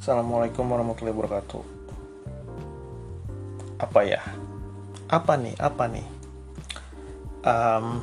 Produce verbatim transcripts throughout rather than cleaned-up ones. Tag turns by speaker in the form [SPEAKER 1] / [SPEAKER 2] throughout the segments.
[SPEAKER 1] Assalamualaikum warahmatullahi wabarakatuh. Apa ya? Apa nih? Apa nih? Um,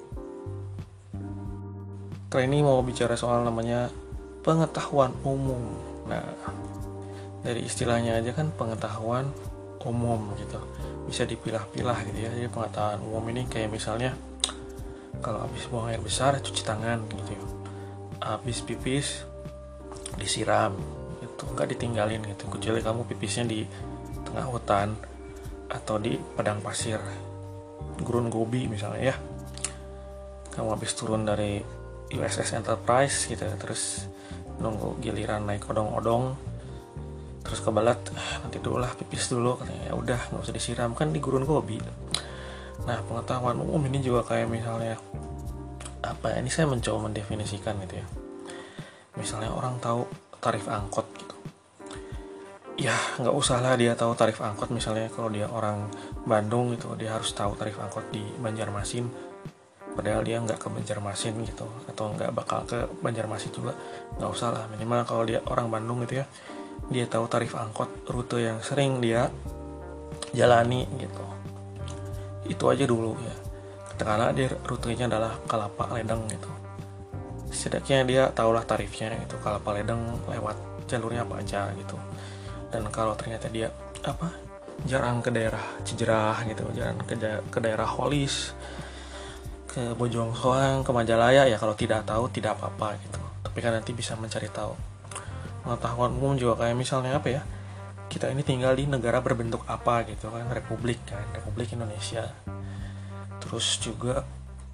[SPEAKER 1] kali ini mau bicara soal namanya pengetahuan umum. Nah, dari istilahnya aja kan pengetahuan umum gitu. Bisa dipilah-pilah gitu ya. Jadi pengetahuan umum ini kayak misalnya kalau habis buang air besar cuci tangan gitu ya. Habis pipis disiram, itu nggak ditinggalin gitu, kecuali kamu pipisnya di tengah hutan atau di padang pasir, gurun gobi misalnya ya. Kamu habis turun dari U S S Enterprise gitu, terus nunggu giliran naik odong-odong, terus kebelat, nanti dulu lah pipis dulu, katanya ya udah nggak usah disiram, kan di gurun gobi. Nah, pengetahuan umum ini juga kayak misalnya apa ya, ini saya mencoba mendefinisikan gitu ya. Misalnya orang tahu tarif angkot gitu, ya nggak usah lah dia tahu tarif angkot. Misalnya kalau dia orang Bandung gitu, dia harus tahu tarif angkot di Banjarmasin, padahal dia nggak ke Banjarmasin gitu, atau nggak bakal ke Banjarmasin juga, nggak usah lah. Minimal kalau dia orang Bandung gitu ya, dia tahu tarif angkot rute yang sering dia jalani gitu. Itu aja dulu ya, karena dia rutenya adalah Kelapa Ledeng gitu. Setidaknya dia tahulah tarifnya itu Kelapa Ledeng lewat jalurnya apa aja gitu. Dan kalau ternyata dia apa jarang ke daerah Cijerah gitu, jarang ke, ke daerah Holis, ke Bojong Soang, ke Majalaya, ya kalau tidak tahu tidak apa-apa gitu. Tapi kan nanti bisa mencari tahu. Pengetahuan umum juga kayak misalnya apa ya, kita ini tinggal di negara berbentuk apa gitu kan, Republik kan, Republik Indonesia. Terus juga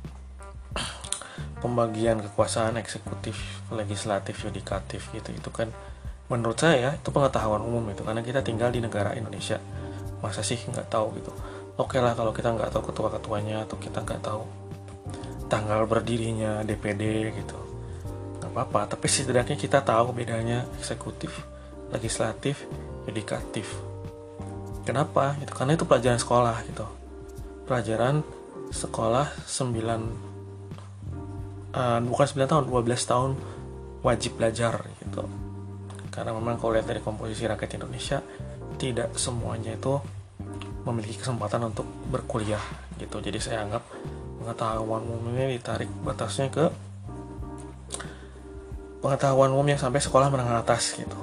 [SPEAKER 1] pembagian kekuasaan eksekutif, legislatif, yudikatif gitu. Itu kan menurut saya itu pengetahuan umum itu, karena kita tinggal di negara Indonesia. Masa sih nggak tahu gitu? Oke lah kalau kita nggak tahu ketua-ketuanya, atau kita nggak tahu tanggal berdirinya D P D gitu, nggak apa-apa. Tapi setidaknya kita tahu bedanya eksekutif, legislatif, yudikatif. Kenapa? Itu karena itu pelajaran sekolah gitu. Pelajaran sekolah sembilan Uh, bukan sembilan tahun, dua belas tahun wajib belajar gitu. Karena memang kalau lihat dari komposisi rakyat Indonesia, tidak semuanya itu memiliki kesempatan untuk berkuliah gitu. Jadi saya anggap pengetahuan umum ini ditarik batasnya ke pengetahuan umum yang sampai sekolah menengah atas gitu.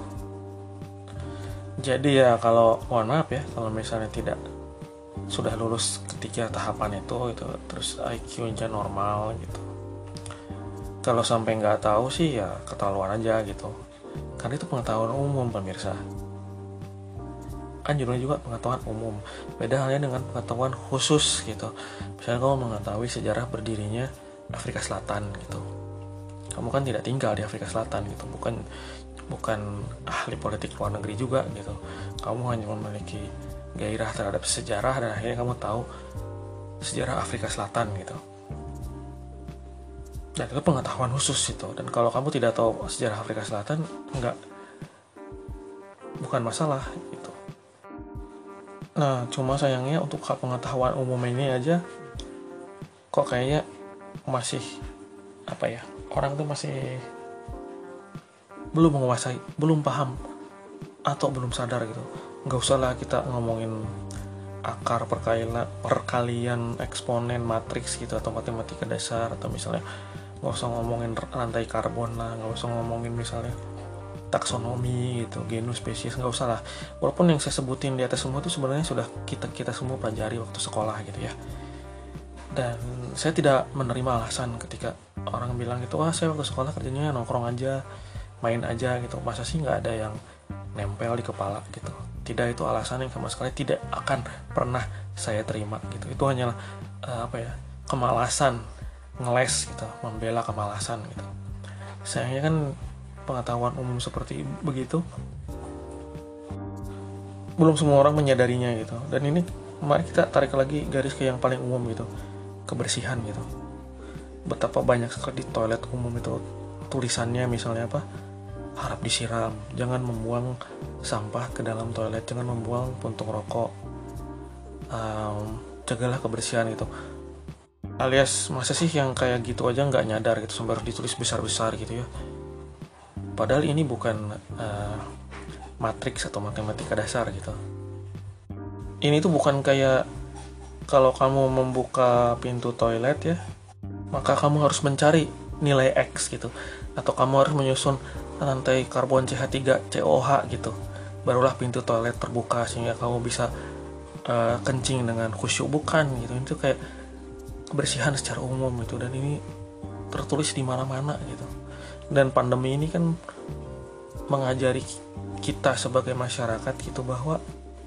[SPEAKER 1] Jadi ya kalau mohon maaf ya, kalau misalnya tidak sudah lulus ketiga tahapan itu gitu, terus I Q-nya normal gitu, kalau sampai nggak tahu sih ya ketahuan aja gitu. Karena itu pengetahuan umum pemirsa. Kan judulnya juga pengetahuan umum. Beda halnya dengan pengetahuan khusus gitu. Misalnya kamu mengetahui sejarah berdirinya Afrika Selatan gitu. Kamu kan tidak tinggal di Afrika Selatan gitu. Bukan bukan ahli politik luar negeri juga gitu. Kamu hanya memiliki gairah terhadap sejarah, dan akhirnya kamu tahu sejarah Afrika Selatan gitu. Dan itu pengetahuan khusus itu. Dan kalau kamu tidak tahu sejarah Afrika Selatan, enggak, bukan masalah gitu. Nah, cuma sayangnya untuk pengetahuan umum ini aja kok kayaknya masih apa ya, orang tuh masih belum menguasai, belum paham, atau belum sadar gitu. Enggak usah lah kita ngomongin akar perkalian, perkalian eksponen matriks gitu, atau matematika dasar, atau misalnya nggak usah ngomongin rantai karbon lah, nggak usah ngomongin misalnya taksonomi gitu, genus, spesies, nggak usah lah. Walaupun yang saya sebutin di atas semua itu sebenarnya sudah kita kita semua pelajari waktu sekolah gitu ya. Dan saya tidak menerima alasan ketika orang bilang gitu, wah saya waktu sekolah kerjanya nongkrong aja, main aja gitu. Masa sih nggak ada yang nempel di kepala gitu? Tidak, itu alasan yang sama sekali tidak akan pernah saya terima gitu. Itu hanyalah uh, apa ya, kemalasan, ngeles gitu, membela kemalasan gitu. Sayangnya kan pengetahuan umum seperti begitu belum semua orang menyadarinya gitu. Dan ini mari kita tarik lagi garis ke yang paling umum gitu, kebersihan gitu. Betapa banyak sekali di toilet umum itu tulisannya misalnya apa, harap disiram, jangan membuang sampah ke dalam toilet, jangan membuang puntung rokok, um, jagalah kebersihan gitu. Alias masa sih yang kayak gitu aja nggak nyadar gitu, sampai harus ditulis besar-besar gitu ya. Padahal ini bukan uh, matriks atau matematika dasar gitu. Ini tuh bukan kayak kalau kamu membuka pintu toilet ya, maka kamu harus mencari nilai X gitu, atau kamu harus menyusun rantai karbon C H tiga C O H gitu, barulah pintu toilet terbuka sehingga kamu bisa uh, kencing dengan khusyuk. Bukan gitu. Itu kayak kebersihan secara umum gitu, dan ini tertulis di mana-mana gitu. Dan pandemi ini kan mengajari kita sebagai masyarakat gitu bahwa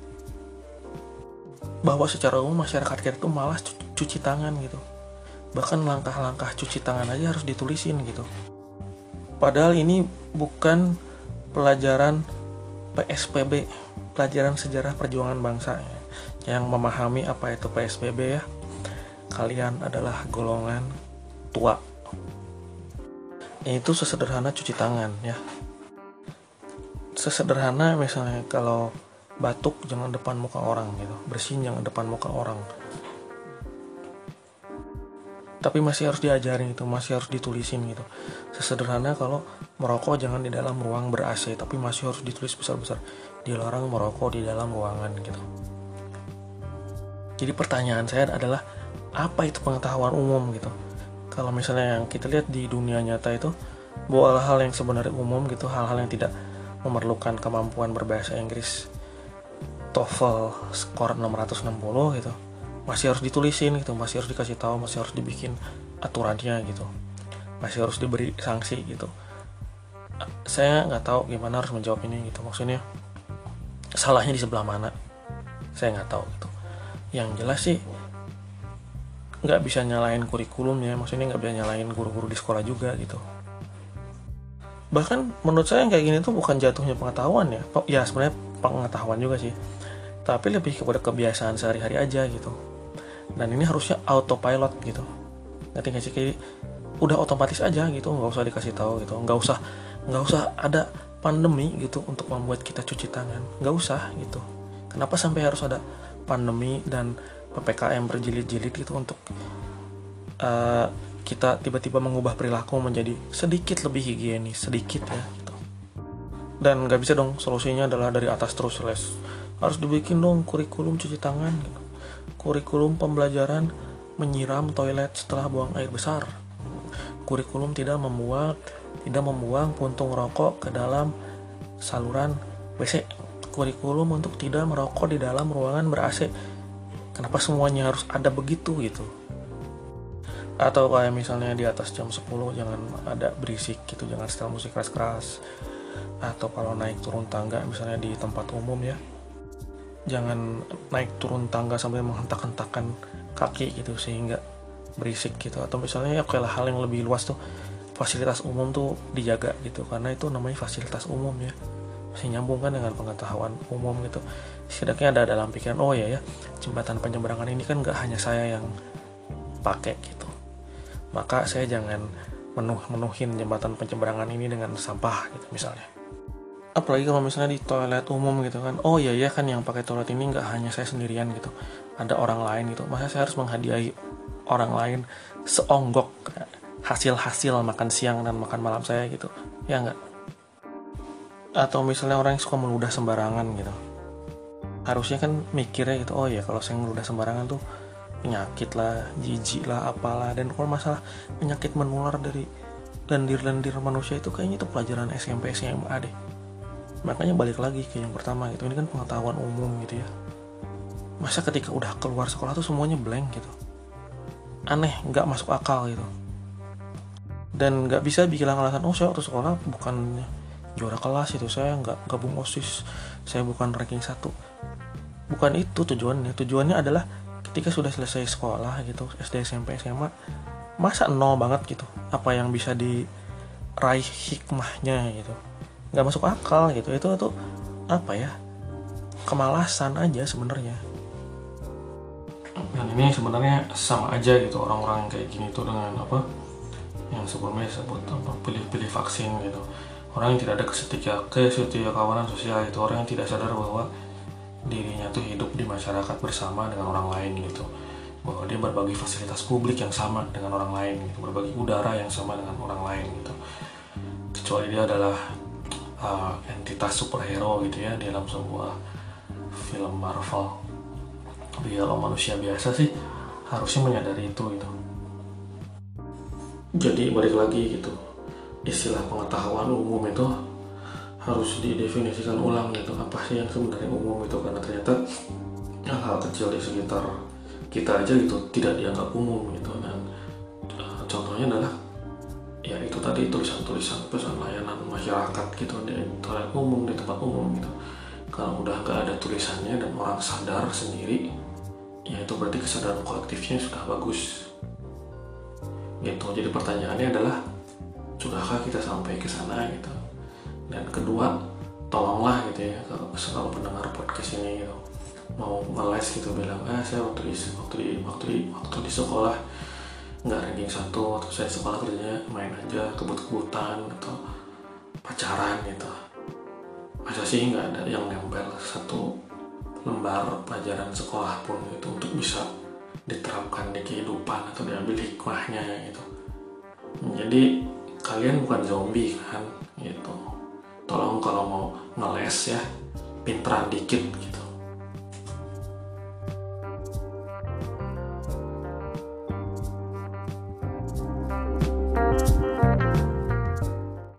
[SPEAKER 1] bahwa secara umum masyarakat kita tuh malas cuci tangan gitu. Bahkan langkah-langkah cuci tangan aja harus ditulisin gitu. Padahal ini bukan pelajaran P S B B, pelajaran sejarah perjuangan bangsa ya. Yang memahami apa itu P S B B ya, kalian adalah golongan tua. Itu sesederhana cuci tangan ya. Sesederhana misalnya kalau batuk jangan depan muka orang gitu, bersin jangan depan muka orang. Tapi masih harus diajarin gitu, masih harus ditulisin gitu. Sesederhana kalau merokok jangan di dalam ruang ber-A C, tapi masih harus ditulis besar-besar, dilarang merokok di dalam ruangan gitu. Jadi pertanyaan saya adalah, apa itu pengetahuan umum gitu? Kalau misalnya yang kita lihat di dunia nyata itu, bahwa hal-hal yang sebenarnya umum gitu, hal-hal yang tidak memerlukan kemampuan berbahasa Inggris TOEFL skor enam ratus enam puluh gitu, masih harus ditulisin gitu, masih harus dikasih tahu, masih harus dibikin aturannya gitu, masih harus diberi sanksi gitu. Saya nggak tahu gimana harus menjawab ini gitu. Maksudnya salahnya di sebelah mana? Saya nggak tahu gitu. Yang jelas sih nggak bisa nyalain kurikulumnya, maksudnya nggak bisa nyalain guru-guru di sekolah juga gitu. Bahkan menurut saya yang kayak gini tuh bukan jatuhnya pengetahuan ya, ya sebenarnya pengetahuan juga sih, tapi lebih kepada kebiasaan sehari-hari aja gitu. Dan ini harusnya autopilot gitu, ngerti nggak sih? Kayak udah otomatis aja gitu, nggak usah dikasih tahu gitu, nggak usah nggak usah ada pandemi gitu untuk membuat kita cuci tangan, nggak usah gitu. Kenapa sampai harus ada pandemi dan P P K M berjilid-jilid gitu untuk uh, kita tiba-tiba mengubah perilaku menjadi sedikit lebih higienis, sedikit ya gitu. Dan nggak bisa dong solusinya adalah dari atas terus, les harus dibikin dong kurikulum cuci tangan gitu. Kurikulum pembelajaran menyiram toilet setelah buang air besar, kurikulum tidak membuang tidak membuang puntung rokok ke dalam saluran W C, kurikulum untuk tidak merokok di dalam ruangan ber-A C. Kenapa semuanya harus ada begitu gitu? Atau kayak misalnya di atas jam sepuluh jangan ada berisik gitu, jangan setel musik keras-keras. Atau kalau naik turun tangga misalnya di tempat umum ya, jangan naik turun tangga sampai menghentak-hentakan kaki gitu sehingga berisik gitu. Atau misalnya ya kayak hal yang lebih luas tuh, fasilitas umum tuh dijaga gitu, karena itu namanya fasilitas umum ya, masih nyambung kan dengan pengetahuan umum gitu. Setidaknya ada dalam pikiran, oh ya ya jembatan penyeberangan ini kan gak hanya saya yang pakai gitu, maka saya jangan menuh-menuhin jembatan penyeberangan ini dengan sampah gitu misalnya. Apalagi kalau misalnya di toilet umum gitu kan, oh iya ya kan yang pakai toilet ini nggak hanya saya sendirian gitu, ada orang lain gitu, masa saya harus menghadiahi orang lain seonggok hasil-hasil makan siang dan makan malam saya gitu, ya nggak? Atau misalnya orang yang suka meludah sembarangan gitu, harusnya kan mikirnya gitu, oh ya kalau saya meludah sembarangan tuh penyakit lah, jijik lah, apalah. Dan kalau masalah penyakit menular dari lendir-lendir manusia itu kayaknya itu pelajaran S M P S M A deh. Makanya balik lagi ke yang pertama gitu, ini kan pengetahuan umum gitu ya. Masa ketika udah keluar sekolah tuh semuanya blank gitu, aneh, nggak masuk akal gitu. Dan nggak bisa bilang alasan, oh saya waktu sekolah bukan juara kelas itu, saya nggak gabung OSIS, saya bukan ranking satu. Bukan itu tujuannya. Tujuannya adalah ketika sudah selesai sekolah gitu, S D, S M P, S M A, masa nol banget gitu, apa yang bisa diraih hikmahnya gitu, nggak masuk akal gitu. Itu tuh apa ya, kemalasan aja sebenarnya. Dan ini sebenarnya sama aja gitu, orang-orang kayak gini tuh dengan apa yang sebelumnya disebut apa, pilih-pilih vaksin gitu. Orang yang tidak ada kesetia kesetia kawanan sosial itu, orang yang tidak sadar bahwa dirinya tuh hidup di masyarakat bersama dengan orang lain gitu, bahwa dia berbagi fasilitas publik yang sama dengan orang lain gitu, berbagi udara yang sama dengan orang lain gitu, kecuali dia adalah uh, entitas superhero gitu ya dalam sebuah film Marvel. Tapi kalau manusia biasa sih harusnya menyadari itu gitu. Jadi balik lagi gitu, istilah pengetahuan umum itu harus didefinisikan ulang gitu, apa sih yang sebenarnya umum itu, karena ternyata hal-hal kecil di sekitar kita aja gitu tidak dianggap umum gitu. Dan uh, contohnya adalah ya itu tadi, tulisan-tulisan pesan layanan masyarakat gitu di toilet umum, di tempat umum gitu. Kalau udah nggak ada tulisannya dan orang sadar sendiri, ya itu berarti kesadaran kolektifnya sudah bagus gitu. Jadi pertanyaannya adalah, sudahkah kita sampai ke sana gitu? Dan kedua, tolonglah gitu ya, kalau pendengar podcast ini gitu, mau ngeles gitu bilang, ah saya waktu di waktu di waktu di waktu di sekolah nggak ranking satu, atau saya sekolah kerjanya main aja, kebut-kebutan atau pacaran gitu. Masa sih nggak ada yang nempel satu lembar pelajaran sekolah pun gitu untuk bisa diterapkan di kehidupan atau diambil hikmahnya gitu. Jadi kalian bukan zombie kan gitu. Tolong kalau mau ngeles ya pinteran dikit gitu.